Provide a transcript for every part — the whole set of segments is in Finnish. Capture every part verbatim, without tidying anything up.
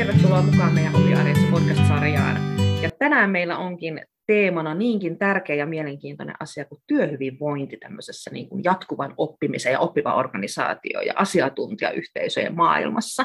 tervetuloa mukaan meidän Opi-arjessa podcast-sarjaan. Ja tänään meillä onkin teemana niinkin tärkeä ja mielenkiintoinen asia kuin työhyvinvointi tämmöisessä niin kuin jatkuvan oppimisen ja oppivan organisaatio- ja asiantuntijayhteisöjen maailmassa.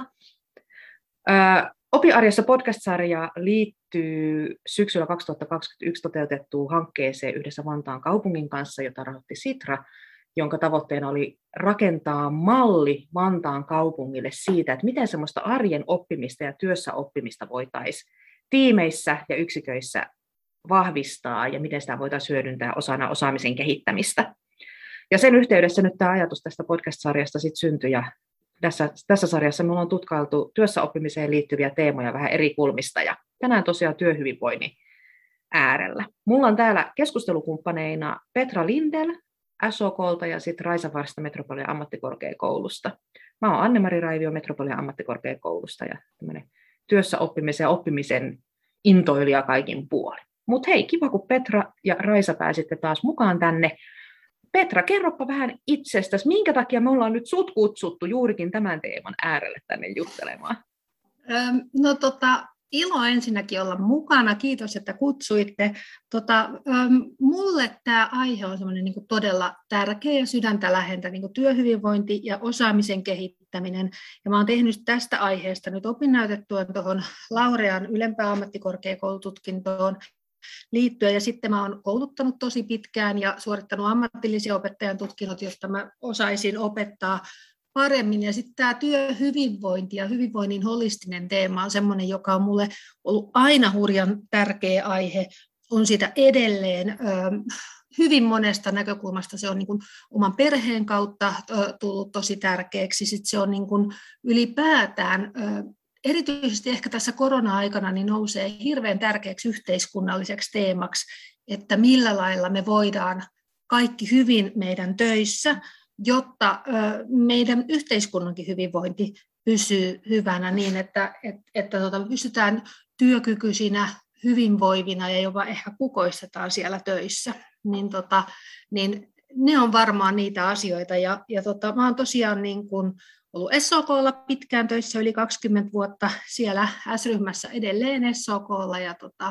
Ää, Opi-arjessa podcast-sarja liittyy syksyllä kaksituhattakaksikymmentäyksi toteutettuun hankkeeseen yhdessä Vantaan kaupungin kanssa, jota rahoitti Sitra, jonka tavoitteena oli rakentaa malli Vantaan kaupungille siitä, että miten semmoista arjen oppimista ja työssä oppimista voitaisiin tiimeissä ja yksiköissä vahvistaa ja miten sitä voitaisiin hyödyntää osana osaamisen kehittämistä. Ja sen yhteydessä nyt tämä ajatus tästä podcast-sarjasta sitten syntyi, ja tässä, tässä sarjassa me ollaan tutkailtu työssä oppimiseen liittyviä teemoja vähän eri kulmista, ja tänään tosiaan työhyvinvoinnin äärellä. Mulla on täällä keskustelukumppaneina Petra Lindell S O K:lta ja sitten Raisa Varsta Metropolian ammattikorkeakoulusta. Mä oon Anne-Mari Raivio Metropolian ammattikorkeakoulusta ja tämmöinen työssä oppimisen ja oppimisen intoilija kaikin puolin. Mutta hei, kiva kun Petra ja Raisa pääsitte taas mukaan tänne. Petra, kerropa vähän itsestäsi, minkä takia me ollaan nyt sut kutsuttu juurikin tämän teeman äärelle tänne juttelemaan? Öm, no tota, ilo ensinnäkin olla mukana, kiitos, että kutsuitte. Tota, öm, mulle tämä aihe on semmoinen niin kuin todella tärkeä ja sydäntä lähentä, niin kuin työhyvinvointi ja osaamisen kehittäminen. Ja mä oon tehnyt tästä aiheesta nyt opinnäytetuen tuohon Laurean ylempään ammattikorkeakoulututkintoon liittyen, ja sitten mä oon kouluttanut tosi pitkään ja suorittanut ammatillisia opettajan tutkinnot, jotta mä osaisin opettaa paremmin. Ja sitten tämä työhyvinvointi ja hyvinvoinnin holistinen teema on semmoinen, joka on mulle ollut aina hurjan tärkeä aihe, on sitä edelleen. Ö, hyvin monesta näkökulmasta se on niin kuin oman perheen kautta ö, tullut tosi tärkeäksi. Sitten se on niin kuin ylipäätään ö, erityisesti ehkä tässä korona-aikana niin nousee hirveän tärkeäksi yhteiskunnalliseksi teemaksi, että millä lailla me voidaan kaikki hyvin meidän töissä, jotta meidän yhteiskunnankin hyvinvointi pysyy hyvänä niin, että, että, että tuota, pystytään työkykyisinä, hyvinvoivina ja jopa ehkä kukoistetaan siellä töissä. Niin, tota, niin ne on varmaan niitä asioita. Ja, ja tota, mä oon tosiaan niin kuin ollut S O K:lla pitkään töissä, yli kaksikymmentä vuotta siellä S-ryhmässä edelleen S O K:lla, ja tota,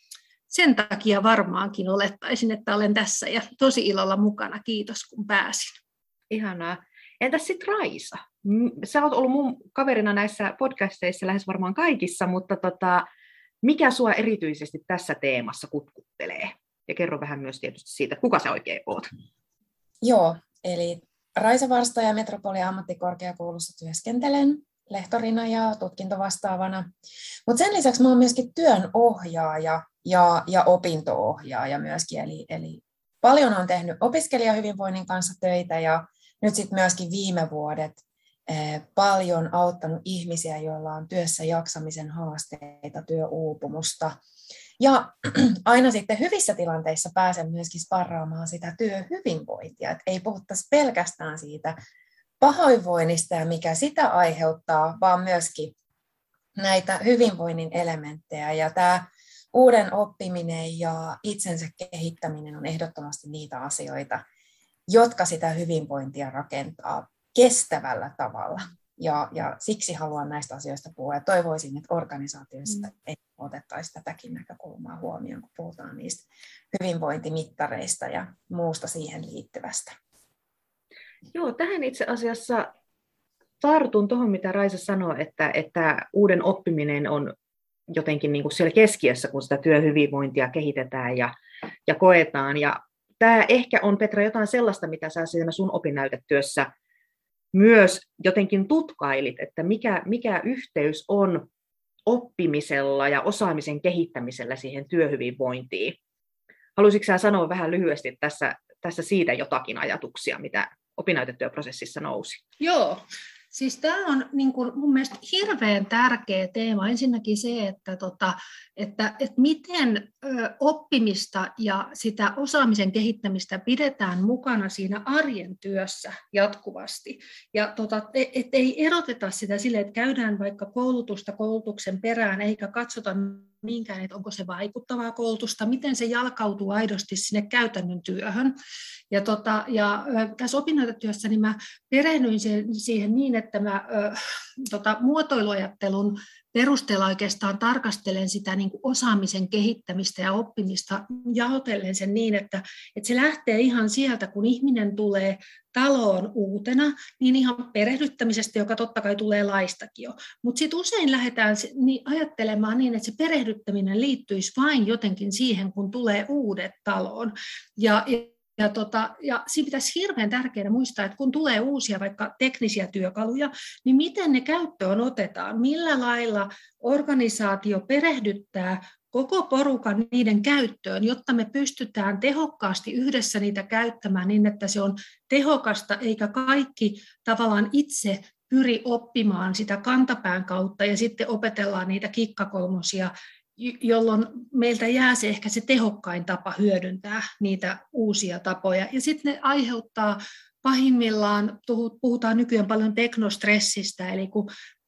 sen takia varmaankin olettaisin, että olen tässä ja tosi ilolla mukana. Kiitos, kun pääsin. Ihanaa. Entäs sitten Raisa? Sä oot ollut mun kaverina näissä podcasteissa lähes varmaan kaikissa, mutta tota, mikä sua erityisesti tässä teemassa kutkuttelee? Ja kerro vähän myös tietysti siitä, kuka sä oikein oot. Joo, eli Raisa Varsta ja Metropolian ammattikorkeakoulussa työskentelen lehtorina ja tutkintovastaavana. Mutta sen lisäksi mä oon myöskin työnohjaaja ja, ja opinto-ohjaaja myöskin. Eli, eli paljon on tehnyt opiskelijahyvinvoinnin kanssa töitä ja nyt sitten myöskin viime vuodet eh, paljon auttanut ihmisiä, joilla on työssä jaksamisen haasteita, työuupumusta. Ja aina sitten hyvissä tilanteissa pääsen myöskin sparraamaan sitä työhyvinvointia, että ei puhuttaisi pelkästään siitä pahoinvoinnista ja mikä sitä aiheuttaa, vaan myöskin näitä hyvinvoinnin elementtejä. Ja tämä uuden oppiminen ja itsensä kehittäminen on ehdottomasti niitä asioita, jotka sitä hyvinvointia rakentaa kestävällä tavalla. Ja, ja siksi haluan näistä asioista puhua ja toivoisin, että organisaatioissa mm. otettaisiin tätäkin näkökulmaa huomioon, kun puhutaan niistä hyvinvointimittareista ja muusta siihen liittyvästä. Joo, tähän itse asiassa tartun tuohon, mitä Raisa sanoi, että, että uuden oppiminen on jotenkin niin kuin siellä keskiössä, kun sitä työhyvinvointia kehitetään ja, ja koetaan. Ja tämä ehkä on, Petra, jotain sellaista, mitä sä siinä sun opinnäytetyössä myös jotenkin tutkailit, että mikä, mikä yhteys on oppimisella ja osaamisen kehittämisellä siihen työhyvinvointiin. Haluaisitko sä sanoa vähän lyhyesti tässä, tässä siitä jotakin ajatuksia, mitä opinnäytetyöprosessissa nousi? Joo. Siis tämä on niin kuin mun mielestä hirveän tärkeä teema. Ensinnäkin se, että, tota, että, että miten ö, oppimista ja sitä osaamisen kehittämistä pidetään mukana siinä arjen työssä jatkuvasti. Ja tota, et, et ei eroteta sitä sille, että käydään vaikka koulutusta koulutuksen perään, eikä katsota niinkään, että onko se vaikuttavaa koulutusta, miten se jalkautuu aidosti sinne käytännön työhön. Ja, tota, ja tässä opinnäytetyössä niin mä perehdyin siihen niin, että mä ö, tota, muotoiluajattelun perusteella oikeastaan tarkastelen sitä niin kuin osaamisen kehittämistä ja oppimista, jaotellen sen niin, että, että se lähtee ihan sieltä, kun ihminen tulee taloon uutena, niin ihan perehdyttämisestä, joka totta kai tulee laistakin jo. Mutta sitten usein lähdetään niin ajattelemaan niin, että se perehdyttäminen liittyisi vain jotenkin siihen, kun tulee uudet taloon. Ja, Ja, tota, ja siinä pitäisi hirveän tärkeää muistaa, että kun tulee uusia vaikka teknisiä työkaluja, niin miten ne käyttöön otetaan, millä lailla organisaatio perehdyttää koko porukan niiden käyttöön, jotta me pystytään tehokkaasti yhdessä niitä käyttämään niin, että se on tehokasta, eikä kaikki tavallaan itse pyri oppimaan sitä kantapään kautta ja sitten opetellaan niitä kikkakolmosia, jolloin meiltä jää se ehkä se tehokkain tapa hyödyntää niitä uusia tapoja. Ja sitten ne aiheuttaa pahimmillaan, puhutaan nykyään paljon teknostressistä, eli kun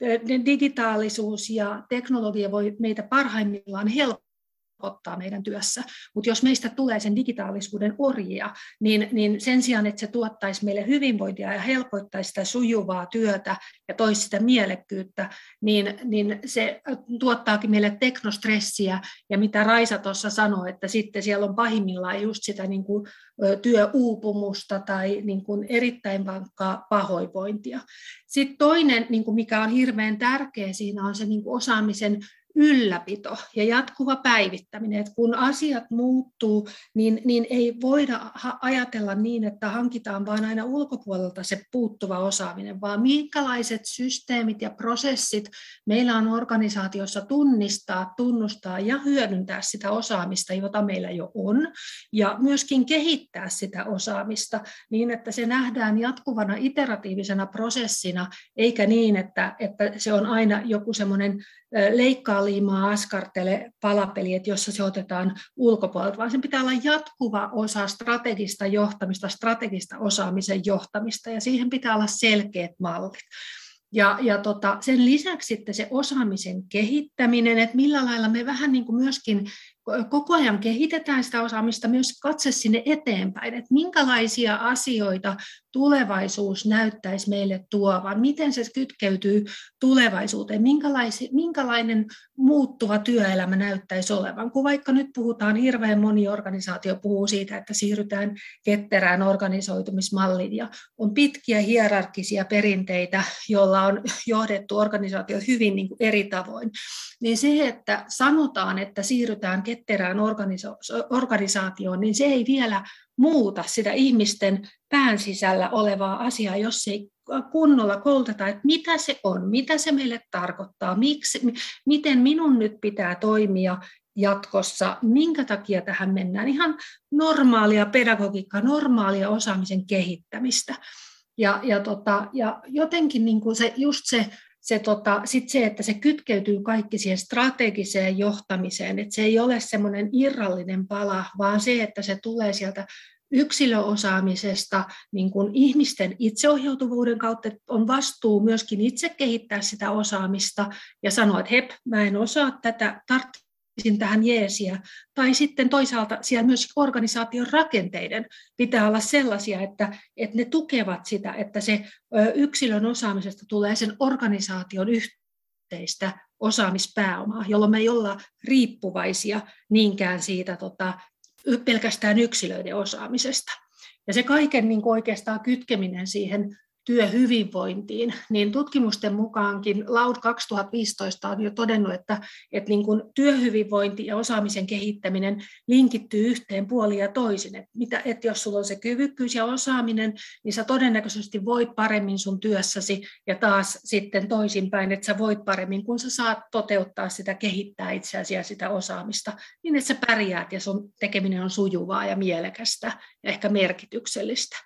digitaalisuus ja teknologia voi meitä parhaimmillaan helpottaa meidän työssä, mutta jos meistä tulee sen digitaalisuuden orjia, niin, niin sen sijaan, että se tuottaisi meille hyvinvointia ja helpottaisi sitä sujuvaa työtä ja toisi sitä mielekkyyttä, niin, niin se tuottaakin meille teknostressiä, ja mitä Raisa tuossa sanoi, että sitten siellä on pahimmillaan just sitä niin kuin työuupumusta tai niin kuin erittäin vankkaa pahoinvointia. Sitten toinen, niin kuin mikä on hirveän tärkeä siinä, on se niin kuin osaamisen ylläpito ja jatkuva päivittäminen. Että kun asiat muuttuu, niin, niin ei voida ajatella niin, että hankitaan vain aina ulkopuolelta se puuttuva osaaminen, vaan minkälaiset systeemit ja prosessit meillä on organisaatiossa tunnistaa, tunnustaa ja hyödyntää sitä osaamista, jota meillä jo on, ja myöskin kehittää sitä osaamista niin, että se nähdään jatkuvana iteratiivisena prosessina, eikä niin, että, että se on aina joku semmoinen leikkaa liimaa askartele palapeli, että jossa se otetaan ulkopuolelta, vaan sen pitää olla jatkuva osa strategista johtamista, strategista osaamisen johtamista, ja siihen pitää olla selkeät mallit. Ja, ja tota, sen lisäksi sitten se osaamisen kehittäminen, että millä lailla me vähän niin kuin myöskin koko ajan kehitetään sitä osaamista, myös katse sinne eteenpäin, että minkälaisia asioita tulevaisuus näyttäisi meille tuovan, miten se kytkeytyy tulevaisuuteen, minkälainen muuttuva työelämä näyttäisi olevan. Kun vaikka nyt puhutaan, hirveän moni organisaatio puhuu siitä, että siirrytään ketterään organisoitumismalliin, ja on pitkiä hierarkkisia perinteitä, joilla on johdettu organisaatio hyvin niin kuin eri tavoin, niin se, että sanotaan, että siirrytään ketterään organisaatioon, niin se ei vielä muuta sitä ihmisten pään sisällä olevaa asiaa, jos ei kunnolla kouluteta, että mitä se on, mitä se meille tarkoittaa, miksi, miten minun nyt pitää toimia jatkossa, minkä takia tähän mennään. Ihan normaalia pedagogiikkaa, normaalia osaamisen kehittämistä. Ja, ja, tota, ja jotenkin niin kuin se, just se, Se, tota, sit se, että se kytkeytyy kaikki siihen strategiseen johtamiseen, että se ei ole semmoinen irrallinen pala, vaan se, että se tulee sieltä yksilöosaamisesta, niin kuin ihmisten itseohjautuvuuden kautta, että on vastuu myöskin itse kehittää sitä osaamista ja sanoa, että hep, mä en osaa tätä, tarvitsin tähän jeesiä. Tai sitten toisaalta siellä myös organisaation rakenteiden pitää olla sellaisia, että, että ne tukevat sitä, että se yksilön osaamisesta tulee sen organisaation yhteistä osaamispääomaa, jolloin me ei olla riippuvaisia niinkään siitä tota, pelkästään yksilöiden osaamisesta. Ja se kaiken niin kuin oikeastaan kytkeminen siihen työhyvinvointiin, niin tutkimusten mukaankin Laud kaksituhattaviisitoista on jo todennut, että, että niin kuin työhyvinvointi ja osaamisen kehittäminen linkittyy yhteen puolin ja toisin. Että, mitä, että jos sulla on se kyvykkyys ja osaaminen, niin sä todennäköisesti voit paremmin sun työssäsi, ja taas sitten toisinpäin, että sä voit paremmin, kun sä saat toteuttaa sitä, kehittää itseäsi ja sitä osaamista, niin että sä pärjäät ja sun tekeminen on sujuvaa ja mielekästä ja ehkä merkityksellistä.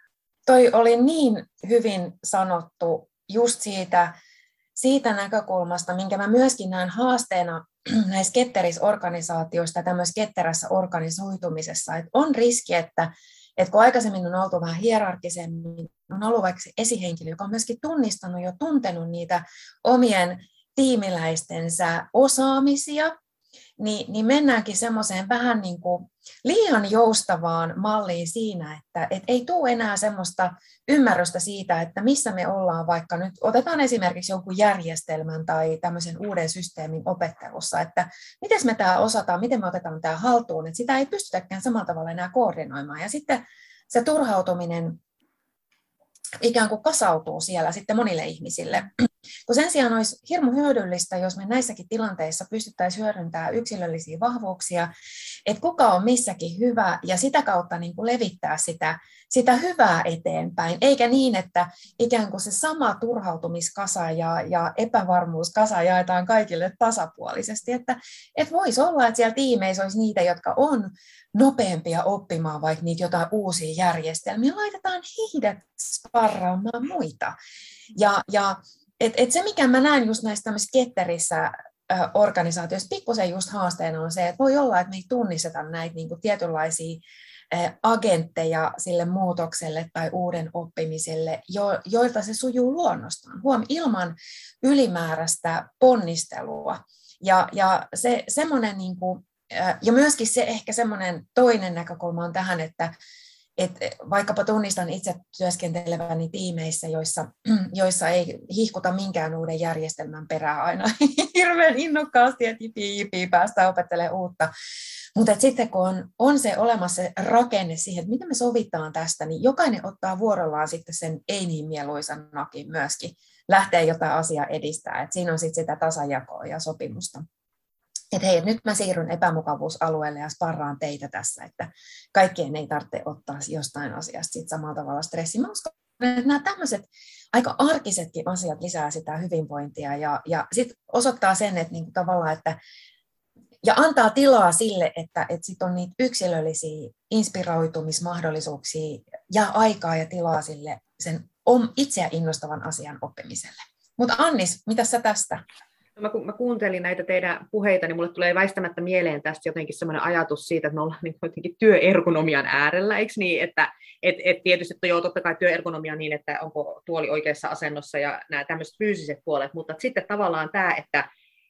Toi oli niin hyvin sanottu just siitä, siitä näkökulmasta, minkä mä myöskin näen haasteena näissä ketterissä organisaatioissa ja tämmöisessä ketterässä organisoitumisessa. Että on riski, että, että kun aikaisemmin on oltu vähän hierarkisemmin, on ollut vaikka esihenkilö, joka on myöskin tunnistanut ja tuntenut niitä omien tiimiläistensä osaamisia, niin, niin mennäänkin semmoiseen vähän niin kuin liian joustavaan malliin siinä, että et ei tule enää semmoista ymmärrystä siitä, että missä me ollaan, vaikka nyt otetaan esimerkiksi jonkun järjestelmän tai tämmöisen uuden systeemin opettelussa, että miten me tämä osataan, miten me otetaan tämä haltuun, että sitä ei pystytäkään samalla tavalla enää koordinoimaan. Ja sitten se turhautuminen ikään kuin kasautuu siellä sitten monille ihmisille. Kun sen sijaan olisi hirmu hyödyllistä, jos me näissäkin tilanteissa pystyttäisiin hyödyntämään yksilöllisiä vahvuuksia, että kuka on missäkin hyvä ja sitä kautta niin kuin levittää sitä, sitä hyvää eteenpäin, eikä niin, että ikään kuin se sama turhautumiskasa ja, ja epävarmuuskasa jaetaan kaikille tasapuolisesti. Että, että voisi olla, että siellä tiimeissä olisi niitä, jotka on nopeampia oppimaan vaikka niitä jotain uusia järjestelmiä, laitetaan heidät sparraamaan muita. Ja, ja et, et se, mikä mä näen just näissä tämmöisissä ketterissä äh, organisaatioissa, pikkusen just haasteena on se, että voi olla, että me ei tunnisteta näitä niin kuin tietynlaisia äh, agentteja sille muutokselle tai uuden oppimiselle, jo, joilta se sujuu luonnostaan, huom, ilman ylimääräistä ponnistelua. Ja, ja se semmoinen niin kuin ja myöskin se ehkä semmoinen toinen näkökulma on tähän, että, että vaikkapa tunnistan itse työskenteleväni tiimeissä, joissa, joissa ei hihkuta minkään uuden järjestelmän perään aina hirveän innokkaasti, että jipi, jipi, päästään opettelemaan uutta. Mutta sitten kun on, on se olemassa se rakenne siihen, että miten me sovitaan tästä, niin jokainen ottaa vuorollaan sitten sen ei niin mieluisan nakin myöskin lähtee jotain asiaa edistää. Et siinä on sitten sitä tasajakoa ja sopimusta. Että hei, nyt mä siirryn epämukavuusalueelle ja sparraan teitä tässä, että kaikkien ei tarvitse ottaa jostain asiasta sit samalla tavalla stressiä. Mä uskon, että nämä tämmöiset aika arkisetkin asiat lisää sitä hyvinvointia ja, ja sitten osoittaa sen, että niinku tavallaan, että ja antaa tilaa sille, että, että sit on niitä yksilöllisiä inspiroitumismahdollisuuksia ja aikaa ja tilaa sille sen itseä innostavan asian oppimiselle. Mutta Annis, mitä sä tästä? Mä, kun mä kuuntelin näitä teidän puheita, niin mulle tulee väistämättä mieleen tästä jotenkin semmoinen ajatus siitä, että me ollaan niin jotenkin työergonomian äärellä, eikö niin? Että et, et tietysti joo, totta kai työergonomia niin, että onko tuoli oikeassa asennossa ja nämä tämmöiset fyysiset puolet, mutta sitten tavallaan tämä, että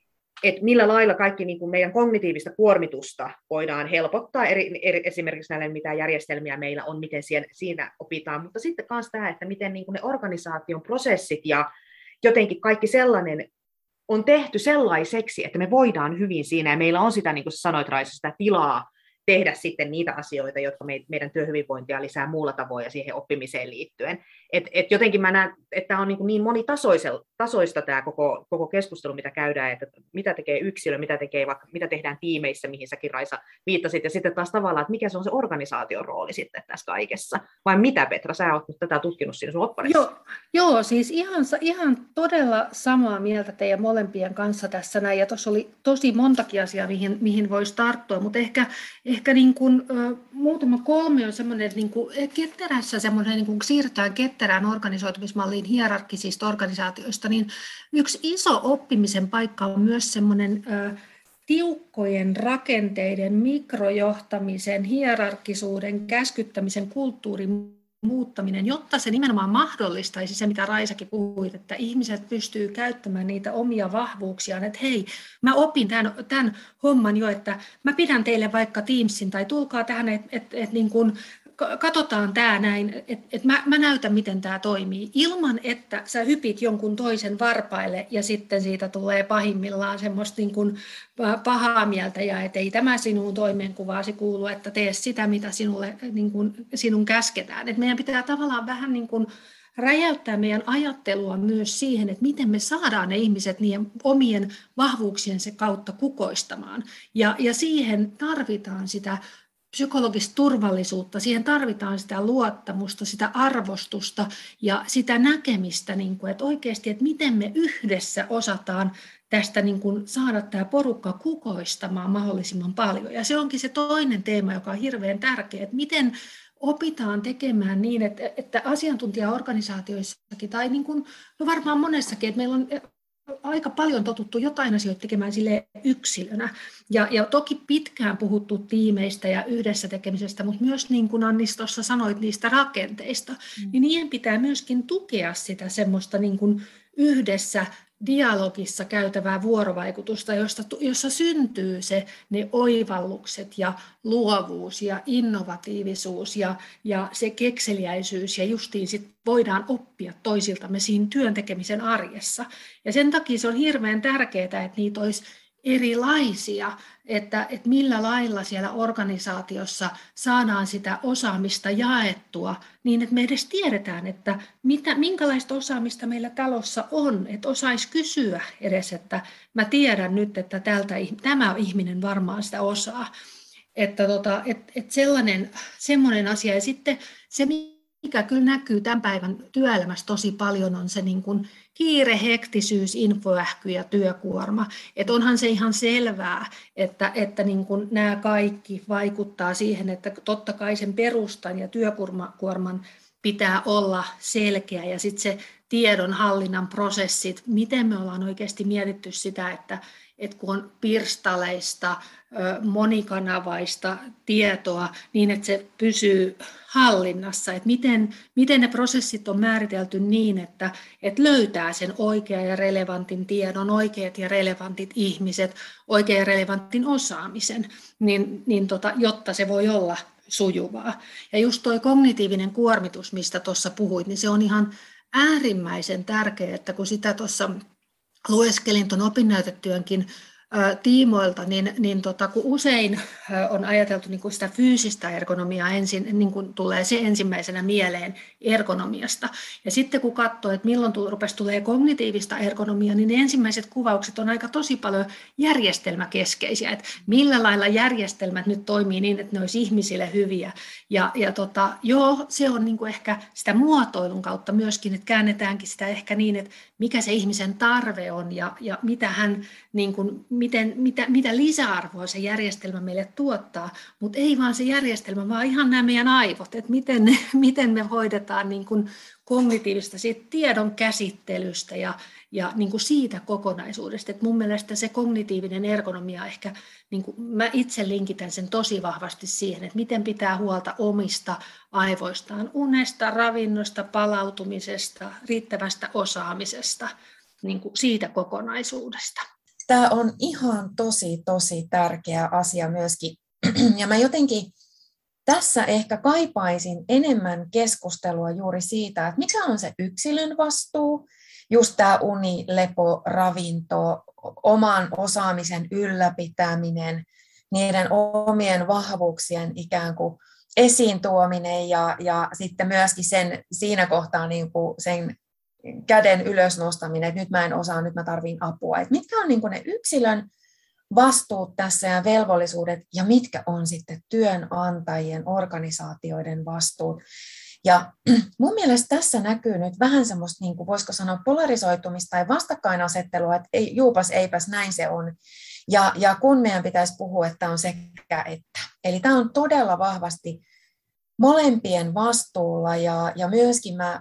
et millä lailla kaikki niin kuin meidän kognitiivista kuormitusta voidaan helpottaa, eri, eri, esimerkiksi näille mitä järjestelmiä meillä on, miten siinä, siinä opitaan, mutta sitten myös tämä, että miten niin kuin ne organisaation prosessit ja jotenkin kaikki sellainen on tehty sellaiseksi, että me voidaan hyvin siinä, ja meillä on sitä, niin kuin sanoit Raisa, sitä tilaa tehdä sitten niitä asioita, jotka meidän työhyvinvointia lisää muulla tavoin ja siihen oppimiseen liittyen. Et, et jotenkin mä näen, että tämä on niin, niin monitasoista tämä koko, koko keskustelu, mitä käydään, että mitä tekee yksilö, mitä, tekee vaikka, mitä tehdään tiimeissä, mihin säkin Raisa viittasit, ja sitten taas tavallaan, että mikä se on se organisaation rooli sitten tässä kaikessa. Vai mitä, Petra, sä oot nyt tätä tutkinut siinä sun opparissa? Joo, joo, siis ihan, ihan todella samaa mieltä teidän molempien kanssa tässä näin, ja tuossa oli tosi montakin asiaa, mihin, mihin voisi tarttua, mutta ehkä Ehkä niin kuin, ö, muutama kolme on semmoinen, että niin kuin ketterässä semmoinen, niin kuin siirrytään ketterään organisoitumismalliin hierarkkisista organisaatioista, niin yksi iso oppimisen paikka on myös semmoinen ö, tiukkojen rakenteiden, mikrojohtamisen, hierarkkisuuden, käskyttämisen kulttuurin muuttaminen, jotta se nimenomaan mahdollistaisi se, mitä Raisakin puhuit, että ihmiset pystyy käyttämään niitä omia vahvuuksiaan, että hei, mä opin tämän, tämän homman jo, että mä pidän teille vaikka Teamsin tai tulkaa tähän, että et, et niin kuin katsotaan tämä näin, että et mä, mä näytän, miten tämä toimii, ilman että sä hypit jonkun toisen varpaille ja sitten siitä tulee pahimmillaan semmoista niin kuin pahaa mieltä ja että ei tämä sinun toimenkuvaasi kuulu, että tee sitä, mitä sinulle, niin kuin, sinun käsketään. Et meidän pitää tavallaan vähän niin kuin räjäyttää meidän ajattelua myös siihen, että miten me saadaan ne ihmiset niiden omien vahvuuksiensa kautta kukoistamaan. Ja, ja siihen tarvitaan sitä psykologista turvallisuutta, siihen tarvitaan sitä luottamusta, sitä arvostusta ja sitä näkemistä, niin kuin, että oikeasti, että miten me yhdessä osataan tästä niin kuin saada tämä porukka kukoistamaan mahdollisimman paljon. Ja se onkin se toinen teema, joka on hirveän tärkeä, että miten opitaan tekemään niin, että, että asiantuntijaorganisaatioissakin tai niin kuin, no varmaan monessakin, että meillä on aika paljon totuttu jotain asioita tekemään sille yksilönä. Ja, ja toki pitkään puhuttu tiimeistä ja yhdessä tekemisestä, mutta myös niin kuin Annis tuossa sanoit niistä rakenteista, mm. niin niiden pitää myöskin tukea sitä semmoista niin kuin yhdessä dialogissa käytävää vuorovaikutusta, josta, jossa syntyy se, ne oivallukset ja luovuus ja innovatiivisuus ja, ja se kekseliäisyys ja justiin sit voidaan oppia toisiltamme siinä työn tekemisen arjessa. Ja sen takia se on hirveän tärkeää, että niitä olisi erilaisia, että, että millä lailla siellä organisaatiossa saadaan sitä osaamista jaettua niin, että me edes tiedetään, että mitä, minkälaista osaamista meillä talossa on, että osaisi kysyä edes, että mä tiedän nyt, että tältä, tämä ihminen varmaan sitä osaa. Että tota, et, et sellainen, semmoinen asia. Ja sitten se, mikä kyllä näkyy tämän päivän työelämässä tosi paljon, on se niin kuin kiire, hektisyys, infoähky ja työkuorma. Et onhan se ihan selvää, että, että niin kuin nämä kaikki vaikuttaa siihen, että totta kai sen perustan ja työkuorman pitää olla selkeä ja sitten se tiedonhallinnan prosessit, miten me ollaan oikeasti mietitty sitä, että, että kun on pirstaleista, monikanavaista tietoa niin, että se pysyy hallinnassa, että miten, miten ne prosessit on määritelty niin, että, että löytää sen oikean ja relevantin tiedon, oikeat ja relevantit ihmiset, oikean ja relevantin osaamisen, niin, niin tota, jotta se voi olla sujuvaa. Ja just tuo kognitiivinen kuormitus, mistä tuossa puhuit, niin se on ihan äärimmäisen tärkeää, että kun sitä tuossa lueskelin tuon opinnäytetyönkin tiimoilta, niin, niin tota, kun usein on ajateltu niin kuin sitä fyysistä ergonomiaa ensin, niin kuin tulee se ensimmäisenä mieleen ergonomiasta. Ja sitten kun katsoo, että milloin rupesi tulee kognitiivista ergonomiaa, niin ne ensimmäiset kuvaukset on aika tosi paljon järjestelmäkeskeisiä, että millä lailla järjestelmät nyt toimii niin, että ne olisi ihmisille hyviä. Ja, ja tota, joo, se on niin kuin ehkä sitä muotoilun kautta myöskin, että käännetäänkin sitä ehkä niin, että mikä se ihmisen tarve on ja, ja mitä hän niin kuin, Miten, mitä, mitä lisäarvoa se järjestelmä meille tuottaa, mutta ei vaan se järjestelmä, vaan ihan nämä meidän aivot, että miten, ne, miten me hoidetaan niin kuin kognitiivista siitä tiedon käsittelystä ja, ja niin kuin siitä kokonaisuudesta. Et mun mielestä se kognitiivinen ergonomia ehkä, niin kuin mä itse linkitän sen tosi vahvasti siihen, että miten pitää huolta omista aivoistaan, unesta, ravinnosta, palautumisesta, riittävästä osaamisesta, niin kuin siitä kokonaisuudesta. Tämä on ihan tosi, tosi tärkeä asia myöskin. Ja mä jotenkin tässä ehkä kaipaisin enemmän keskustelua juuri siitä, että mikä on se yksilön vastuu, just tämä uni, lepo, ravinto, oman osaamisen ylläpitäminen, niiden omien vahvuuksien ikään kuin esiin tuominen ja, ja sitten myöskin sen, siinä kohtaa niin kuin sen käden ylös nostaminen, että nyt mä en osaa, nyt mä tarvitsen apua. Että mitkä on niin kuin ne yksilön vastuut tässä ja velvollisuudet ja mitkä on sitten työnantajien, organisaatioiden vastuut. Ja mun mielestä tässä näkyy nyt vähän semmoista, niin kuin voisiko sanoa, polarisoitumista tai vastakkainasettelua, että ei, juupas eipäs näin se on. Ja, ja kun meidän pitäisi puhua, että on sekä että. Eli tämä on todella vahvasti molempien vastuulla ja, ja myöskin mä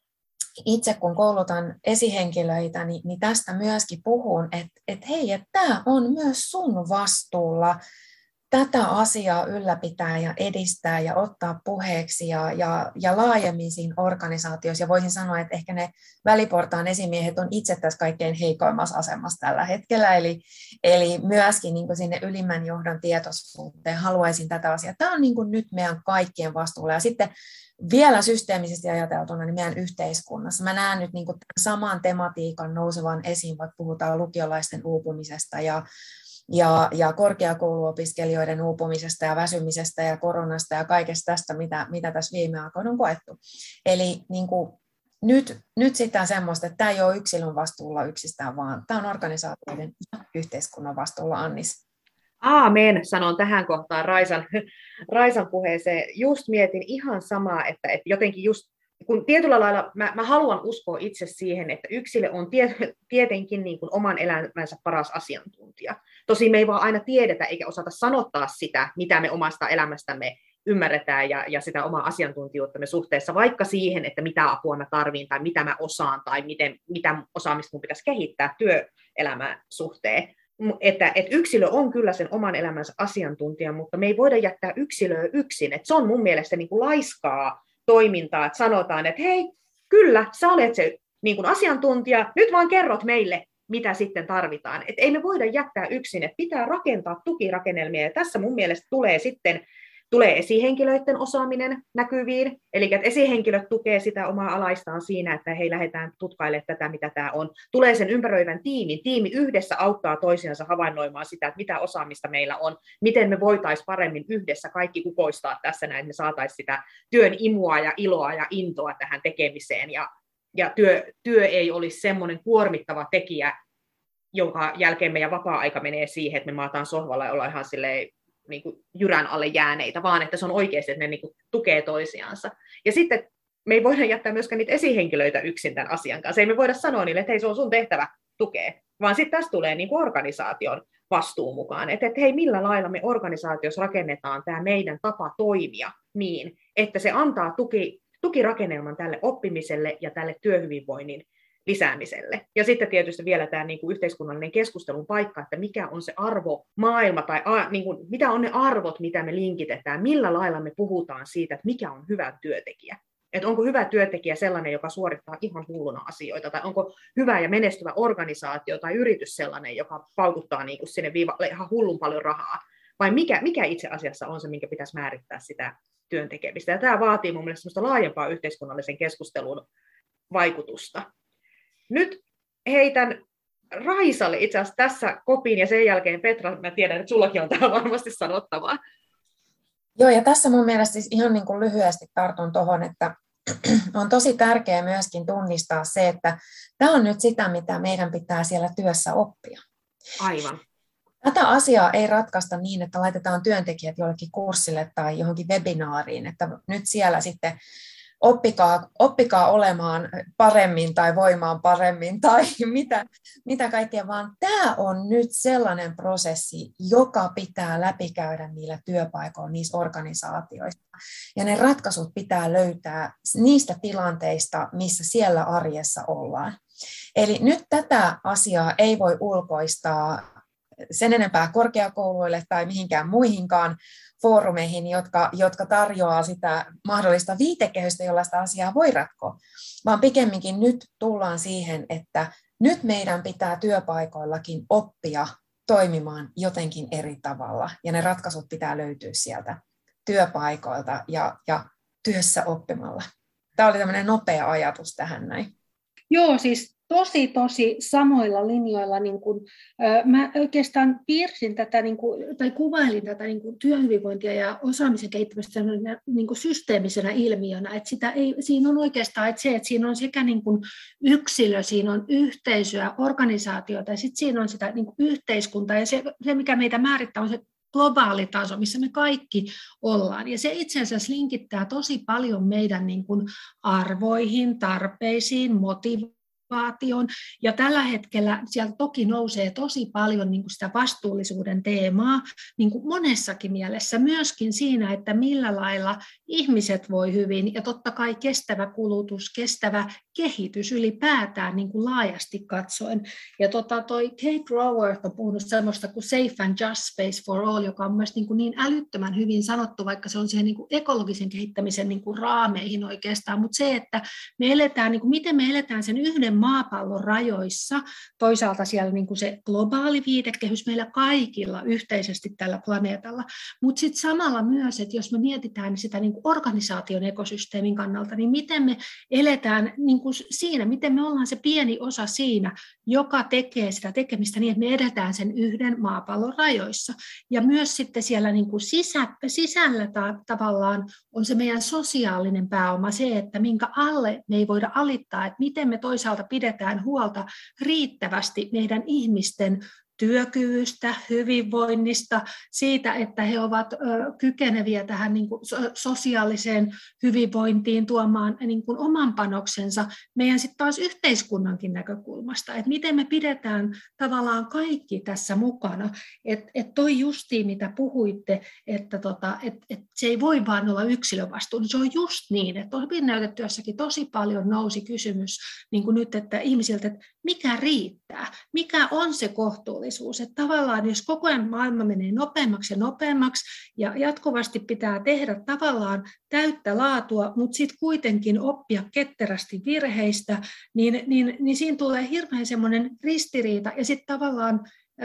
itse kun koulutan esihenkilöitä, niin, niin tästä myöskin puhun, että et hei, että tämä on myös sun vastuulla tätä asiaa ylläpitää ja edistää ja ottaa puheeksi ja, ja, ja laajemmin siinä organisaatiossa. Ja voisin sanoa, että ehkä ne väliportaan esimiehet on itse tässä kaikkein heikoimmassa asemassa tällä hetkellä, eli, eli myöskin niin kuin sinne ylimmän johdon tietoisuuteen haluaisin tätä asiaa. Tämä on niin kuin nyt meidän kaikkien vastuulla. Ja sitten vielä systeemisesti ajateltuna niin meidän yhteiskunnassa. Mä näen nyt niin kuin saman tematiikan nousevan esiin, vaikka puhutaan lukiolaisten uupumisesta ja, ja, ja korkeakouluopiskelijoiden uupumisesta ja väsymisestä ja koronasta ja kaikesta tästä, mitä, mitä tässä viime aikoina on koettu. Eli niin kuin nyt, nyt sitä semmoista, että tämä ei ole yksilön vastuulla yksistään, vaan tämä on organisaatioiden ja yhteiskunnan vastuulla, Annis. Aamen, sanon tähän kohtaan Raisan, Raisan puheeseen. Just mietin ihan samaa, että, että jotenkin just, kun tietyllä lailla mä, mä haluan uskoa itse siihen, että yksilö on tie, tietenkin niin kuin oman elämänsä paras asiantuntija. Tosin me ei vaan aina tiedetä eikä osata sanottaa sitä, mitä me omasta elämästämme ymmärretään ja, ja sitä omaa asiantuntijuuttamme suhteessa vaikka siihen, että mitä apua mä tarviin tai mitä mä osaan tai miten, mitä osaamista mun pitäisi kehittää työelämän suhteen. Että, että yksilö on kyllä sen oman elämänsä asiantuntija, mutta me ei voida jättää yksilöä yksin. Että se on mun mielestä niin kuin laiskaa toimintaa, että sanotaan, että hei, kyllä, sä olet se niin kuin asiantuntija, nyt vaan kerrot meille, mitä sitten tarvitaan. Et ei me voida jättää yksin, että pitää rakentaa tukirakennelmia, ja tässä mun mielestä tulee sitten tulee esihenkilöiden osaaminen näkyviin, eli että esihenkilöt tukee sitä omaa alaistaan siinä, että hei, lähdetään tutkailemaan tätä, mitä tämä on. Tulee sen ympäröivän tiimin. Tiimi yhdessä auttaa toisiansa havainnoimaan sitä, että mitä osaamista meillä on, miten me voitaisiin paremmin yhdessä kaikki kukoistaa tässä näin, että me saataisiin sitä työn imua ja iloa ja intoa tähän tekemiseen, ja, ja työ, työ ei olisi semmoinen kuormittava tekijä, jonka jälkeen meidän vapaa-aika menee siihen, että me maataan sohvalla ja ollaan ihan silleen niin kuin jyrän alle jääneitä, vaan että se on oikeasti, että ne niin kuin tukee toisiansa. Ja sitten me ei voida jättää myöskään niitä esihenkilöitä yksin tämän asian kanssa. Ei me voida sanoa niille, että hei, se on sun tehtävä tukea, vaan sitten tässä tulee niin kuin organisaation vastuu mukaan. Että, että hei, millä lailla me organisaatiossa rakennetaan tämä meidän tapa toimia niin, että se antaa tuki, tukirakennelman tälle oppimiselle ja tälle työhyvinvoinnin lisäämiselle. Ja sitten tietysti vielä tämä niin kuin yhteiskunnallinen keskustelun paikka, että mikä on se arvomaailma tai a, niin kuin, mitä on ne arvot, mitä me linkitetään, millä lailla me puhutaan siitä, että mikä on hyvä työntekijä. Että onko hyvä työntekijä sellainen, joka suorittaa ihan hulluna asioita, tai onko hyvä ja menestyvä organisaatio tai yritys sellainen, joka paukuttaa niin kuin sinne viivalle ihan hullun paljon rahaa, vai mikä, mikä itse asiassa on se, minkä pitäisi määrittää sitä työn tekemistä. Ja tämä vaatii mun mielestä sellaista laajempaa yhteiskunnallisen keskustelun vaikutusta. Nyt heitän Raisalle itse asiassa tässä kopin, ja sen jälkeen Petra, mä tiedän, että sullakin on tähän varmasti sanottavaa. Joo, ja tässä mun mielestä siis ihan niin kuin lyhyesti tartun tuohon, että on tosi tärkeää myöskin tunnistaa se, että tämä on nyt sitä, mitä meidän pitää siellä työssä oppia. Aivan. Tätä asiaa ei ratkaista niin, että laitetaan työntekijät jollekin kurssille tai johonkin webinaariin, että nyt siellä sitten Oppikaa, oppikaa olemaan paremmin tai voimaan paremmin tai mitä, mitä kaikkea, vaan tämä on nyt sellainen prosessi, joka pitää läpikäydä niillä työpaikoilla, niissä organisaatioissa. Ja ne ratkaisut pitää löytää niistä tilanteista, missä siellä arjessa ollaan. Eli nyt tätä asiaa ei voi ulkoistaa sen enempää korkeakouluille tai mihinkään muihinkaan foorumeihin, jotka, jotka tarjoaa sitä mahdollista viitekehystä, jolla sitä asiaa voi ratkoa, vaan pikemminkin nyt tullaan siihen, että nyt meidän pitää työpaikoillakin oppia toimimaan jotenkin eri tavalla, ja ne ratkaisut pitää löytyä sieltä työpaikoilta ja, ja työssä oppimalla. Tämä oli tämmöinen nopea ajatus tähän näin. Joo, siis tosi, tosi samoilla linjoilla. Niin kun, ö, mä oikeastaan piirsin tätä, niin kun, tai kuvailin tätä niin kun työhyvinvointia ja osaamisen kehittämistä niin kun systeemisenä ilmiönä. Et sitä ei, siinä on oikeastaan että se, että siinä on sekä niin kun yksilö, siinä on yhteisöä, organisaatiota, ja sitten siinä on sitä niin kun yhteiskuntaa, ja se, se, mikä meitä määrittää, on se globaali taso, missä me kaikki ollaan. Ja se itse asiassa linkittää tosi paljon meidän niin kuin arvoihin, tarpeisiin, motivaatioon. Ja tällä hetkellä sieltä toki nousee tosi paljon niin kuin sitä vastuullisuuden teemaa niin kuin monessakin mielessä, myöskin siinä, että millä lailla ihmiset voi hyvin, ja totta kai kestävä kulutus, kestävä kehitys ylipäätään niin kuin laajasti katsoen. Ja tota, toi Kate Raworth on puhunut semmoista kuin safe and just space for all, joka on myös niin, kuin niin älyttömän hyvin sanottu, vaikka se on siihen niin kuin ekologisen kehittämisen niin kuin raameihin oikeastaan, mutta se, että me eletään, niin kuin miten me eletään sen yhden maapallon rajoissa, toisaalta siellä niin kuin se globaali viitekehys meillä kaikilla yhteisesti tällä planeetalla, mutta sitten samalla myös, että jos me mietitään sitä niin kuin organisaation ekosysteemin kannalta, niin miten me eletään niin kuin siinä, miten me ollaan se pieni osa siinä, joka tekee sitä tekemistä niin, että me edetään sen yhden maapallon rajoissa. Ja myös sitten siellä niin kuin sisä, sisällä ta, tavallaan on se meidän sosiaalinen pääoma, se, että minkä alle me ei voida alittaa, että miten me toisaalta pidetään huolta riittävästi meidän ihmisten työkyvystä, hyvinvoinnista, siitä, että he ovat ö, kykeneviä tähän niin kuin sosiaaliseen hyvinvointiin tuomaan niin kuin oman panoksensa meidän sitten taas yhteiskunnankin näkökulmasta, että miten me pidetään tavallaan kaikki tässä mukana, että et toi justiin, mitä puhuitte, että tota, et, et se ei voi vaan olla yksilövastuu, niin se on just niin, että opinnäytetyössäkin tosi paljon nousi kysymys niin kuin nyt, että ihmisiltä, että mikä riittää, mikä on se kohtuullinen turvallisuus. Että tavallaan jos koko ajan maailma menee nopeammaksi ja nopeammaksi ja jatkuvasti pitää tehdä tavallaan täyttä laatua, mutta sitten kuitenkin oppia ketterästi virheistä, niin, niin, niin siinä tulee hirveän semmoinen ristiriita ja sitten tavallaan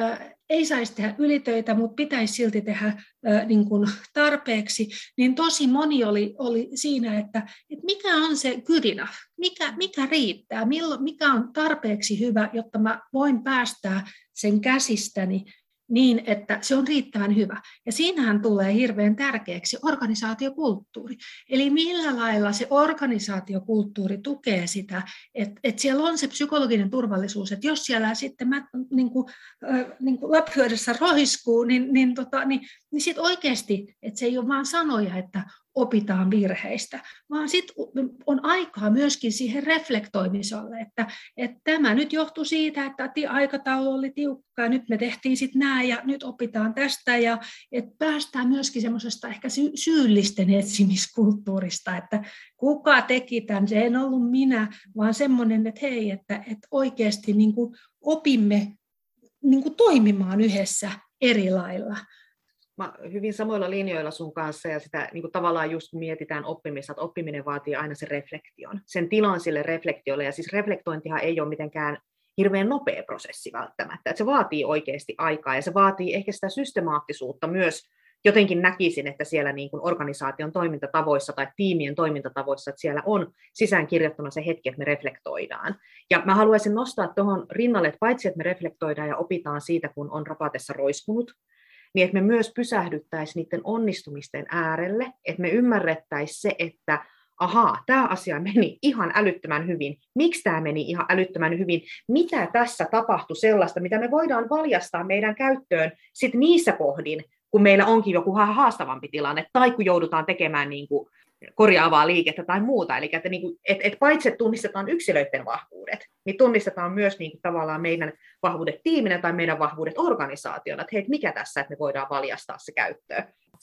ei saisi tehdä ylitöitä, mutta pitäisi silti tehdä niin kuin tarpeeksi, niin tosi moni oli, oli siinä, että, että mikä on se good enough, mikä, mikä riittää, milloin, mikä on tarpeeksi hyvä, jotta mä voin päästää sen käsistäni niin, että se on riittävän hyvä. Ja siinähän tulee hirveän tärkeäksi organisaatiokulttuuri. Eli millä lailla se organisaatiokulttuuri tukee sitä, että, että siellä on se psykologinen turvallisuus, että jos siellä sitten mä, niin kuin, äh, niin kuin lapsuudessa roiskuu, niin, niin, tota, niin, niin sitten oikeasti, että se ei ole vain sanoja, että opitaan virheistä, vaan sitten on aikaa myöskin siihen reflektoimiselle, että, että tämä nyt johtui siitä, että aikataulu oli tiukka ja nyt me tehtiin sitten näin ja nyt opitaan tästä ja että päästään myöskin semmoisesta ehkä sy- syyllisten etsimiskulttuurista, että kuka teki tämän, se en ollut minä, vaan semmoinen, että hei, että, että oikeasti niin kuin opimme niin kuin toimimaan yhdessä eri lailla. Mä hyvin samoilla linjoilla sun kanssa ja sitä niin kuin tavallaan just mietitään oppimista, että oppiminen vaatii aina sen reflektion, sen tilan sille reflektiolle ja siis reflektointihan ei ole mitenkään hirveän nopea prosessi välttämättä, että se vaatii oikeasti aikaa ja se vaatii ehkä sitä systemaattisuutta myös, jotenkin näkisin, että siellä niin kuin organisaation toimintatavoissa tai tiimien toimintatavoissa, että siellä on sisäänkirjattuna se hetki, että me reflektoidaan. Ja mä haluaisin nostaa tuohon rinnalle, että paitsi että me reflektoidaan ja opitaan siitä, kun on rapatessa roiskunut, niin että me myös pysähdyttäisiin niiden onnistumisten äärelle, että me ymmärrettäisiin se, että ahaa, tämä asia meni ihan älyttömän hyvin. Miksi tämä meni ihan älyttömän hyvin? Mitä tässä tapahtui sellaista, mitä me voidaan valjastaa meidän käyttöön sit niissä kohdin, kun meillä onkin joku haastavampi tilanne, tai kun joudutaan tekemään niin kuin korjaavaa liikettä tai muuta. Eli että, niin kuin, et, et paitsi että tunnistetaan yksilöiden vahvuudet, niin tunnistetaan myös niin kuin, tavallaan meidän vahvuudet tiiminä tai meidän vahvuudet organisaationa, että hei, mikä tässä, että me voidaan valjastaa se käyttöön.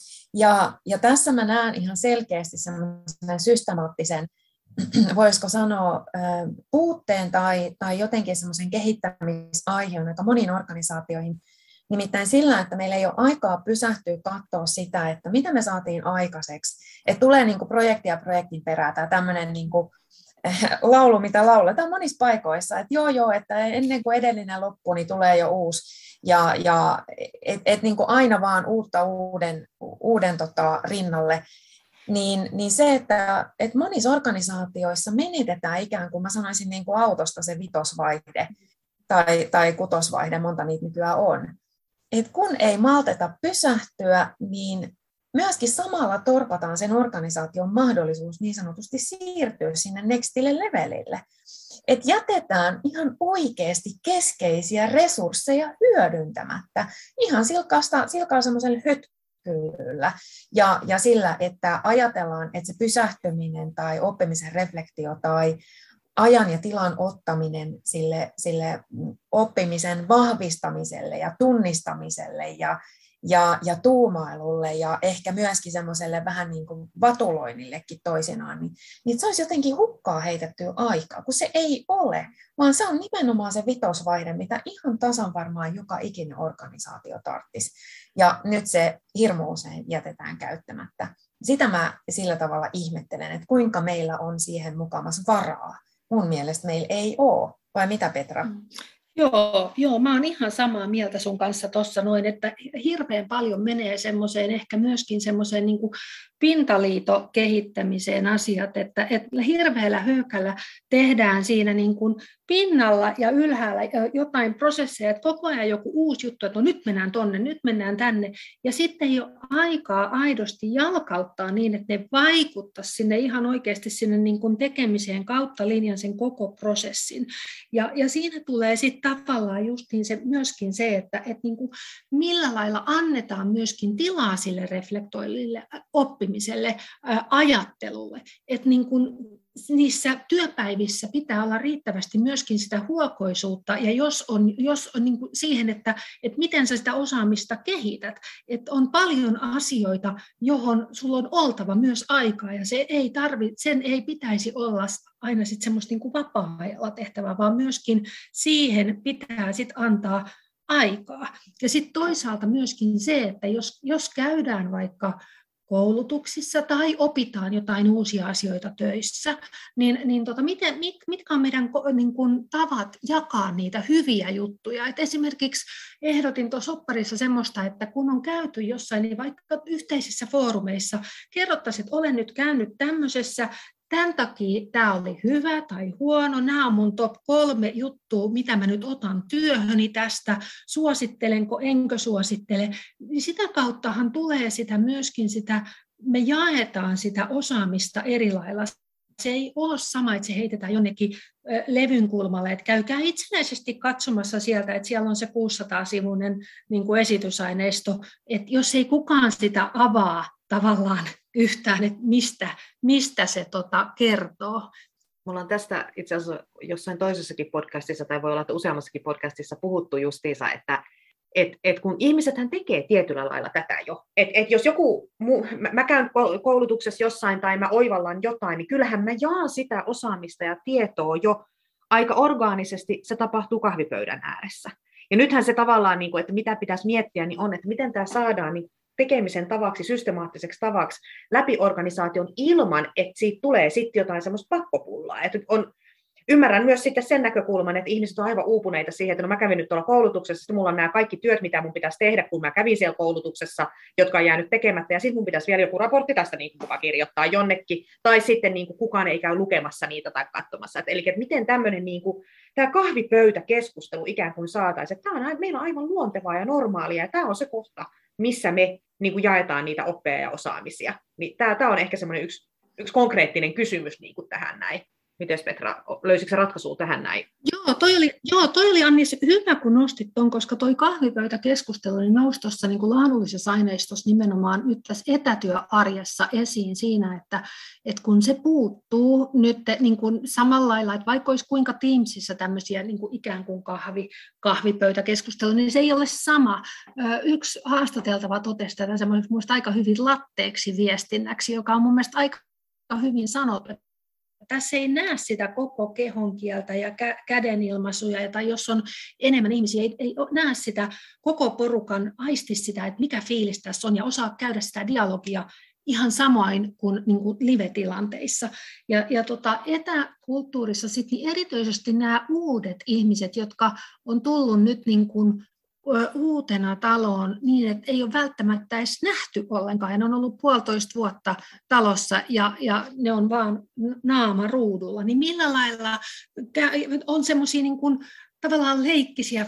Ja, ja tässä mä näen ihan selkeästi semmoisen systemaattisen, voisiko sanoa, puutteen tai, tai jotenkin semmoisen kehittämisaiheen aika moniin organisaatioihin. Nimittäin sillä, että meillä ei ole aikaa pysähtyä katsoa sitä, että mitä me saatiin aikaiseksi. Että tulee niin kuin projekti ja projektin perään tai tämmöinen niin kuin laulu, mitä lauletaan monissa paikoissa. Että joo, joo, että ennen kuin edellinen loppuu, niin tulee jo uusi. Ja, ja et, et niin kuin aina vaan uutta uuden, uuden tota, rinnalle. Niin, niin se, että et monissa organisaatioissa menetetään ikään kuin, mä sanoisin niin kuin autosta se vitosvaihde tai, tai kutosvaihde, monta niitä nykyään on. Et kun ei malteta pysähtyä, niin myöskin samalla torpataan sen organisaation mahdollisuus niin sanotusti siirtyä sinne nextille levelille. Et jätetään ihan oikeasti keskeisiä resursseja hyödyntämättä ihan silkaa semmoisella hötkyllä ja, ja sillä, että ajatellaan, että se pysähtyminen tai oppimisen reflektio tai ajan ja tilan ottaminen sille, sille oppimisen vahvistamiselle ja tunnistamiselle ja, ja, ja tuumailulle ja ehkä myöskin semmoiselle vähän niin kuin vatuloinnillekin toisinaan, niin, niin se olisi jotenkin hukkaa heitettyä aikaa, kun se ei ole, vaan se on nimenomaan se vitosvaihde, mitä ihan tasan varmaan joka ikinen organisaatio tarvitsisi. Ja nyt se hirmu usein jätetään käyttämättä. Sitä mä sillä tavalla ihmettelen, että kuinka meillä on siihen mukamassa varaa. Mun mielestä meillä ei ole. Vai mitä, Petra? Mm. Joo, joo, mä oon ihan samaa mieltä sun kanssa tuossa noin, että hirveän paljon menee semmoiseen, ehkä myöskin semmoiseen niin kuin pintaliitokehittämiseen asiat, että, että hirveällä höykällä tehdään siinä niin kuin pinnalla ja ylhäällä jotain prosesseja, että koko ajan joku uusi juttu, että no nyt mennään tonne, nyt mennään tänne, ja sitten ei ole aikaa aidosti jalkauttaa niin, että ne vaikuttaisi sinne ihan oikeasti sinne niin kuin tekemiseen kautta linjan sen koko prosessin. Ja, ja siinä tulee sitten tavallaan justiin se, myöskin se, että, että niin kuin millä lailla annetaan myöskin tilaa sille reflektoille, oppimiselle, ää, ajattelulle, että niin kuin niissä työpäivissä pitää olla riittävästi myöskin sitä huokoisuutta, ja jos on, jos on niin kuin siihen, että, että miten sä sitä osaamista kehität, että on paljon asioita, johon sulla on oltava myös aikaa, ja se ei tarvi, sen ei pitäisi olla aina sit semmoista niin kuin vapaa-ajalla tehtävää, vaan myöskin siihen pitää sit antaa aikaa. Ja sitten toisaalta myöskin se, että jos, jos käydään vaikka koulutuksissa tai opitaan jotain uusia asioita töissä, niin, niin tota, miten, mitkä on meidän niin kuin, tavat jakaa niitä hyviä juttuja. Et esimerkiksi ehdotin tuossa opparissa semmoista, että kun on käyty jossain, niin vaikka yhteisissä foorumeissa kerrottaisiin, että olen nyt käynyt tämmöisessä, tämän takia tämä oli hyvä tai huono, nämä on mun top kolme juttua, mitä mä nyt otan työhöni tästä, suosittelenko, enkö suosittele, niin sitä kauttahan tulee sitä myöskin sitä, me jaetaan sitä osaamista eri lailla. Se ei ole sama, että se heitetään jonnekin levyn kulmalle, että käykää itsenäisesti katsomassa sieltä, että siellä on se kuusisataa-sivuinen niin kuin esitysaineisto, että jos ei kukaan sitä avaa tavallaan yhtään, että mistä, mistä se tota, kertoo. Me ollaan tästä itse asiassa jossain toisessakin podcastissa, tai voi olla, että useammassakin podcastissa puhuttu justiinsa, että et, et kun ihmisethän tekee tietyllä lailla tätä jo. Et, et jos joku, mä, mä käyn koulutuksessa jossain tai mä oivallan jotain, niin kyllähän mä jaan sitä osaamista ja tietoa jo aika orgaanisesti, se tapahtuu kahvipöydän ääressä. Ja nythän se tavallaan, että mitä pitäisi miettiä, niin on, että miten tämä saadaan niin tekemisen tavaksi, systemaattiseksi tavaksi läpi organisaation ilman, että siitä tulee sitten jotain semmoista pakkopullaa. Että on, ymmärrän myös sitten sen näkökulman, että ihmiset on aivan uupuneita siihen, että no mä kävin nyt tuolla koulutuksessa, sitten mulla on nämä kaikki työt, mitä mun pitäisi tehdä, kun mä kävin siellä koulutuksessa, jotka on jäänyt tekemättä, ja sitten mun pitäisi vielä joku raportti tästä niin kuka kirjoittaa jonnekin, tai sitten niin kuin kukaan ei käy lukemassa niitä tai katsomassa. Et, eli että miten tämmöinen niin kuin, tämä kahvipöytäkeskustelu ikään kuin saataisiin, että tämä on meillä on aivan luontevaa ja normaalia, ja tämä on se kohta, missä me niin kuin jaetaan niitä oppeja ja osaamisia. Niin tämä, tämä on ehkä semmoinen yksi, yksi konkreettinen kysymys niin kuin tähän näin. Miten Petra, löysitkö sä ratkaisua tähän näin? Joo, toi oli, joo, toi oli Anni hyvä, kun nostit tuon, koska toi kahvipöytäkeskustelu niin nousi tuossa niin kuin laadullisessa aineistossa nimenomaan nyt tässä etätyöarjessa esiin siinä, että, että kun se puuttuu nyt niin kuin samalla lailla, että vaikka olisi kuinka Teamsissa tämmöisiä niin kuin ikään kuin kahvi, kahvipöytäkeskustelu, niin se ei ole sama. Yksi haastateltava totesi tätä semmoinen aika hyvin latteeksi viestinnäksi, joka on mun mielestä aika hyvin sanottu. Tässä ei näe sitä koko kehon kieltä ja kädenilmaisuja, tai jos on enemmän ihmisiä, ei, ei näe sitä koko porukan, aisti sitä, että mikä fiilis tässä on, ja osaa käydä sitä dialogia ihan samoin kuin, niin kuin live-tilanteissa. Ja, ja tota, etäkulttuurissa sitten niin erityisesti nämä uudet ihmiset, jotka on tullut nyt niin kuin uutena taloon niin, että ei ole välttämättä edes nähty ollenkaan. Ja ne on ollut puolitoista vuotta talossa ja, ja ne on vaan naama ruudulla. Niin millä lailla on semmoisia niin kuin tavallaan leikkisiä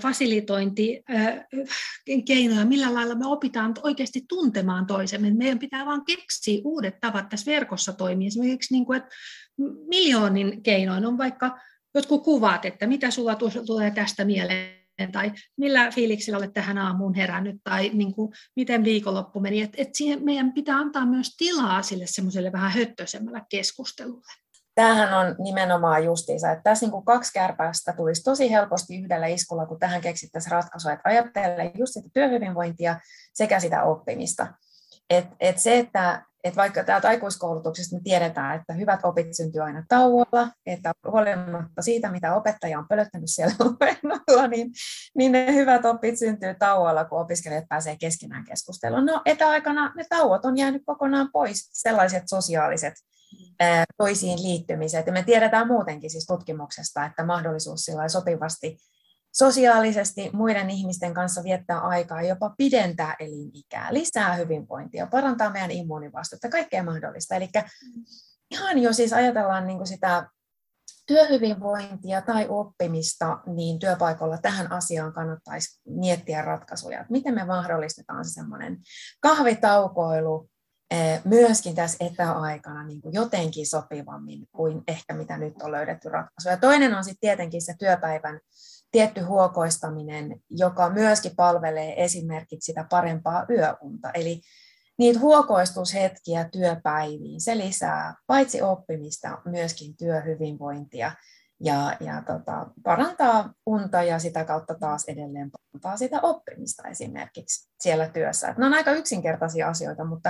fasilitointikeinoja, millä lailla me opitaan oikeasti tuntemaan toisemme. Meidän pitää vaan keksiä uudet tavat tässä verkossa toimia. Esimerkiksi niin kuin, että miljoonin keinoin on vaikka jotkut kuvat, että mitä sulla tulee tästä mieleen, tai millä fiiliksellä olet tähän aamuun herännyt, tai niin kuin, miten viikonloppu meni. Et, et siihen meidän pitää antaa myös tilaa sille semmoiselle vähän höttöisemmälle keskustelulle. Tämähän on nimenomaan justiinsa, että tässä niin kuin kaksi kärpästä tulisi tosi helposti yhdellä iskulla, kun tähän keksittäisiin ratkaisua, että ajattelee just sitä työhyvinvointia sekä sitä oppimista. Et, et se, että et vaikka täältä aikuiskoulutuksesta me tiedetään, että hyvät opit syntyy aina tauolla, että huolimatta siitä, mitä opettaja on pölöttänyt siellä luennolla, niin, niin ne hyvät opit syntyy tauolla, kun opiskelijat pääsee keskenään keskusteluun. No etäaikana ne tauot on jäänyt kokonaan pois, sellaiset sosiaaliset ää, toisiin liittymiset. Ja me tiedetään muutenkin siis tutkimuksesta, että mahdollisuus sillä sopivasti sosiaalisesti muiden ihmisten kanssa viettää aikaa, jopa pidentää elinikää, lisää hyvinvointia, parantaa meidän immuunivastetta, kaikkea mahdollista. Eli ihan jo siis ajatellaan niin kuin sitä työhyvinvointia tai oppimista, niin työpaikalla tähän asiaan kannattaisi miettiä ratkaisuja, että miten me mahdollistetaan se semmoinen kahvitaukoilu myöskin tässä etäaikana niin kuin jotenkin sopivammin kuin ehkä mitä nyt on löydetty ratkaisuja. Toinen on sitten tietenkin se työpäivän tietty huokoistaminen, joka myöskin palvelee esimerkiksi sitä parempaa yöunta. Eli niitä huokoistushetkiä työpäiviin, se lisää paitsi oppimista, myöskin työhyvinvointia ja, ja tota, parantaa unta ja sitä kautta taas edelleen parantaa sitä oppimista esimerkiksi siellä työssä. Et ne on aika yksinkertaisia asioita, mutta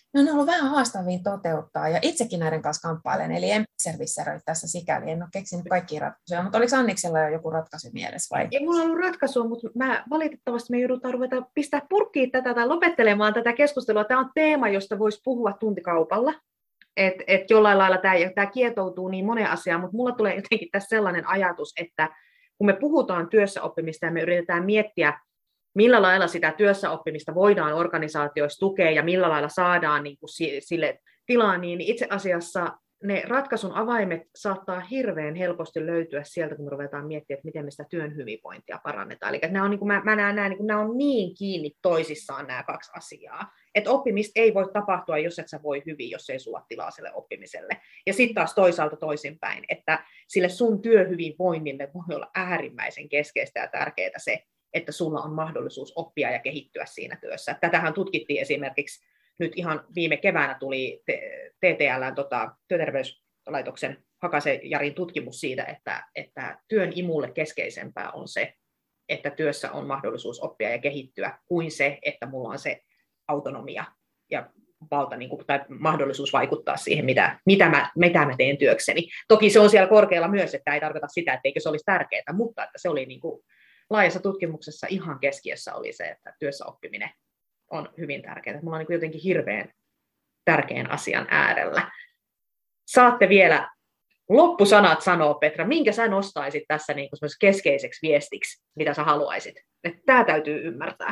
ne on ollut vähän haastavia toteuttaa, ja itsekin näiden kanssa kamppailen, eli en servisseröi tässä sikäli, en ole keksinyt kaikkia ratkaisuja, mutta oliko Anniksella jo joku ratkaisu mielessä vai? Ei mulla ollut ratkaisua, mutta mä valitettavasti me joudutaan ruveta pistää purkkiin tätä tai lopettelemaan tätä keskustelua. Tämä on teema, josta voisi puhua tuntikaupalla. Että et jollain lailla tämä, tämä kietoutuu niin moneen asiaan, mutta mulla tulee jotenkin tässä sellainen ajatus, että kun me puhutaan työssäoppimista ja me yritetään miettiä, millä lailla sitä työssäoppimista voidaan organisaatioissa tukea ja millä lailla saadaan niin kuin sille tilaa, niin itse asiassa ne ratkaisun avaimet saattaa hirveän helposti löytyä sieltä, kun me ruvetaan miettimään, että miten me sitä työn hyvinvointia parannetaan. Eli nämä on, niin kuin mä, mä näen, nämä, niin kuin, nämä on niin kiinni toisissaan nämä kaksi asiaa, että oppimista ei voi tapahtua, jos et sä voi hyvin, jos ei sulla tilaa sille oppimiselle. Ja sitten taas toisaalta toisinpäin, että sille sun työhyvinvoinnille voi olla äärimmäisen keskeistä ja tärkeää se, että sulla on mahdollisuus oppia ja kehittyä siinä työssä. Tätähän tutkittiin esimerkiksi, nyt ihan viime keväänä tuli T T L:n tota, työterveyslaitoksen Hakasen Jarin tutkimus siitä, että, että työn imulle keskeisempää on se, että työssä on mahdollisuus oppia ja kehittyä, kuin se, että mulla on se autonomia ja valta niin kuin, tai mahdollisuus vaikuttaa siihen, mitä, mitä, mä, mitä mä teen työkseni. Toki se on siellä korkealla myös, että ei tarkoita sitä, etteikö se olisi tärkeää, mutta että se oli niin kuin, laajassa tutkimuksessa ihan keskiössä oli se, että työssä oppiminen on hyvin tärkeää. Mulla on niin jotenkin hirveän tärkeän asian äärellä. Saatte vielä loppusanat sanoa, Petra, minkä sä nostaisit tässä niin kuin keskeiseksi viestiksi, mitä sä haluaisit? Että tämä täytyy ymmärtää.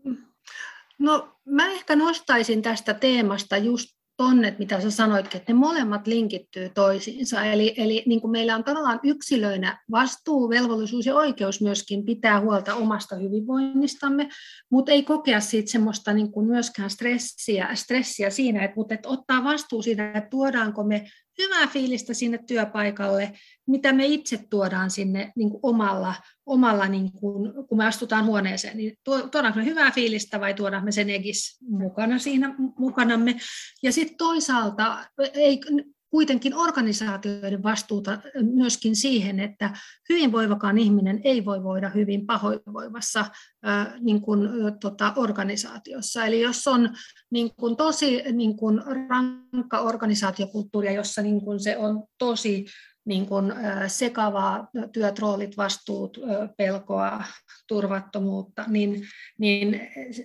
No mä ehkä nostaisin tästä teemasta just tonne, mitä sä sanoitkin, että ne molemmat linkittyy toisiinsa. Eli, eli niin kuin meillä on tavallaan yksilöinä vastuu, velvollisuus ja oikeus myöskin pitää huolta omasta hyvinvoinnistamme, mutta ei kokea siitä semmoista niin kuin myöskään stressiä, stressiä siinä, että, mutta että ottaa vastuu siitä, että tuodaanko me hyvää fiilistä sinne työpaikalle, mitä me itse tuodaan sinne niin kuin omalla, omalla niin kuin, kun me astutaan huoneeseen, niin tuodaanko me hyvää fiilistä vai tuodaan me sen egis mukana siinä mukanamme. Ja sitten toisaalta ei kuitenkin organisaatioiden vastuuta myöskin siihen, että hyvinvoivakaan ihminen ei voi voida hyvin pahoinvoivassa äh, niin kuin, tota, organisaatiossa. Eli jos on niin kuin, tosi niin kuin, rankka organisaatiokulttuuria, jossa niin kuin, se on tosi niin kuin, sekavaa, työtroolit, vastuut, pelkoa, turvattomuutta, niin, niin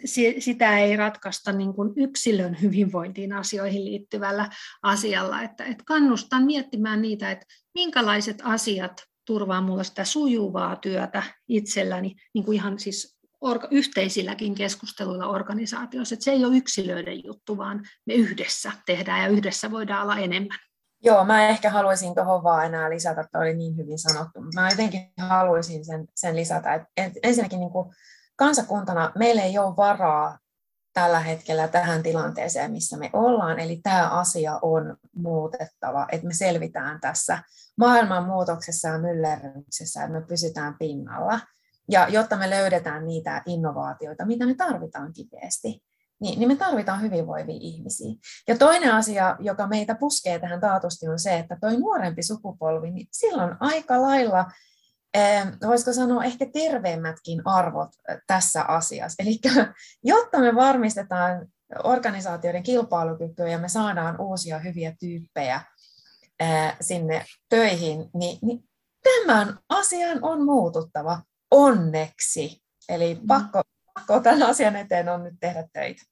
sitä ei ratkaista niin kuin yksilön hyvinvointiin asioihin liittyvällä asialla. Että, että kannustan miettimään niitä, että minkälaiset asiat turvaa minulle sitä sujuvaa työtä itselläni, niin kuin ihan siis orga, yhteisilläkin keskusteluilla organisaatiossa. Että se ei ole yksilöiden juttu, vaan me yhdessä tehdään ja yhdessä voidaan olla enemmän. Joo, mä ehkä haluaisin tuohon vaan enää lisätä, että oli niin hyvin sanottu, mutta mä jotenkin haluaisin sen, sen lisätä, että ensinnäkin niin kuin kansakuntana meillä ei ole varaa tällä hetkellä tähän tilanteeseen, missä me ollaan, eli tämä asia on muutettava, että me selvitään tässä maailman muutoksessa ja myllerryksessä, että me pysytään pinnalla, ja jotta me löydetään niitä innovaatioita, mitä me tarvitaan kipeästi. Niin, niin me tarvitaan hyvinvoivia ihmisiä. Ja toinen asia, joka meitä puskee tähän taatusti, on se, että toi nuorempi sukupolvi, niin sillä on aika lailla, eh, voisiko sanoa, ehkä terveemmätkin arvot tässä asiassa. Eli jotta me varmistetaan organisaatioiden kilpailukykyä ja me saadaan uusia hyviä tyyppejä eh, sinne töihin, niin, niin tämän asian on muututtava onneksi. Eli pakko, pakko tämän asian eteen on nyt tehdä töitä.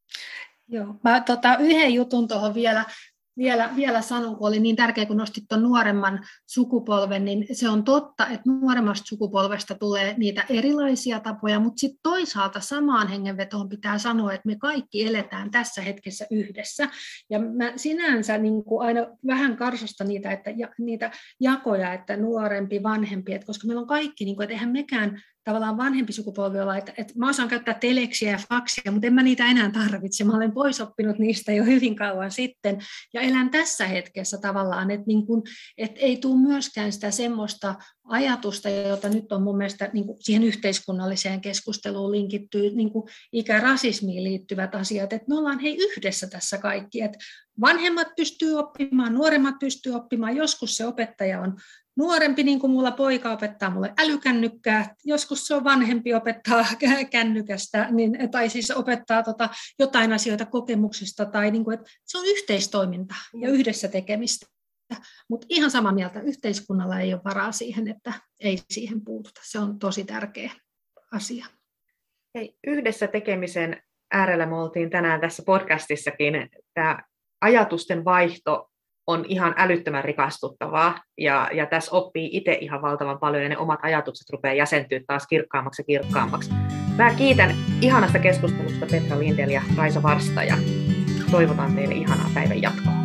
Joo, mä tota, yhden jutun tuohon vielä, vielä, vielä sanon, kun oli niin tärkeä, kun nostit tuon nuoremman sukupolven, niin se on totta, että nuoremmasta sukupolvesta tulee niitä erilaisia tapoja, mutta sitten toisaalta samaan hengenvetoon pitää sanoa, että me kaikki eletään tässä hetkessä yhdessä. Ja mä sinänsä niin kuin aina vähän karsastan niitä, että, ja, niitä jakoja, että nuorempi, vanhempi, että koska meillä on kaikki, niin kuin, että eihän mekään tavallaan vanhempi sukupolvi olla, että, että mä osaan käyttää teleksiä ja faksia, mutta en mä niitä enää tarvitse. Mä olen pois oppinut niistä jo hyvin kauan sitten ja elän tässä hetkessä tavallaan, että, niin kun, että ei tule myöskään sitä semmoista ajatusta, jota nyt on mun mielestä niin kuin siihen yhteiskunnalliseen keskusteluun linkittyy niin kuin ikärasismiin liittyvät asiat, että me ollaan hei yhdessä tässä kaikki, että vanhemmat pystyy oppimaan, nuoremmat pystyy oppimaan, joskus se opettaja on nuorempi, niin kuin mulla poika opettaa mulle älykännykkää, joskus se on vanhempi opettaa kännykästä, niin, tai siis opettaa tota, jotain asioita kokemuksesta, tai niin kuin, että se on yhteistoiminta ja yhdessä tekemistä. Mutta ihan samaa mieltä, yhteiskunnalla ei ole varaa siihen, että ei siihen puututa. Se on tosi tärkeä asia. Hei, yhdessä tekemisen äärellä me oltiin tänään tässä podcastissakin. Tämä ajatusten vaihto on ihan älyttömän rikastuttavaa, ja, ja tässä oppii itse ihan valtavan paljon, ja ne omat ajatukset rupeaa jäsentyä taas kirkkaammaksi ja kirkkaammaksi. Mä kiitän ihanasta keskustelusta Petra Lindell ja Raisa Varsta, ja toivotan teille ihanaa päivän jatkoa.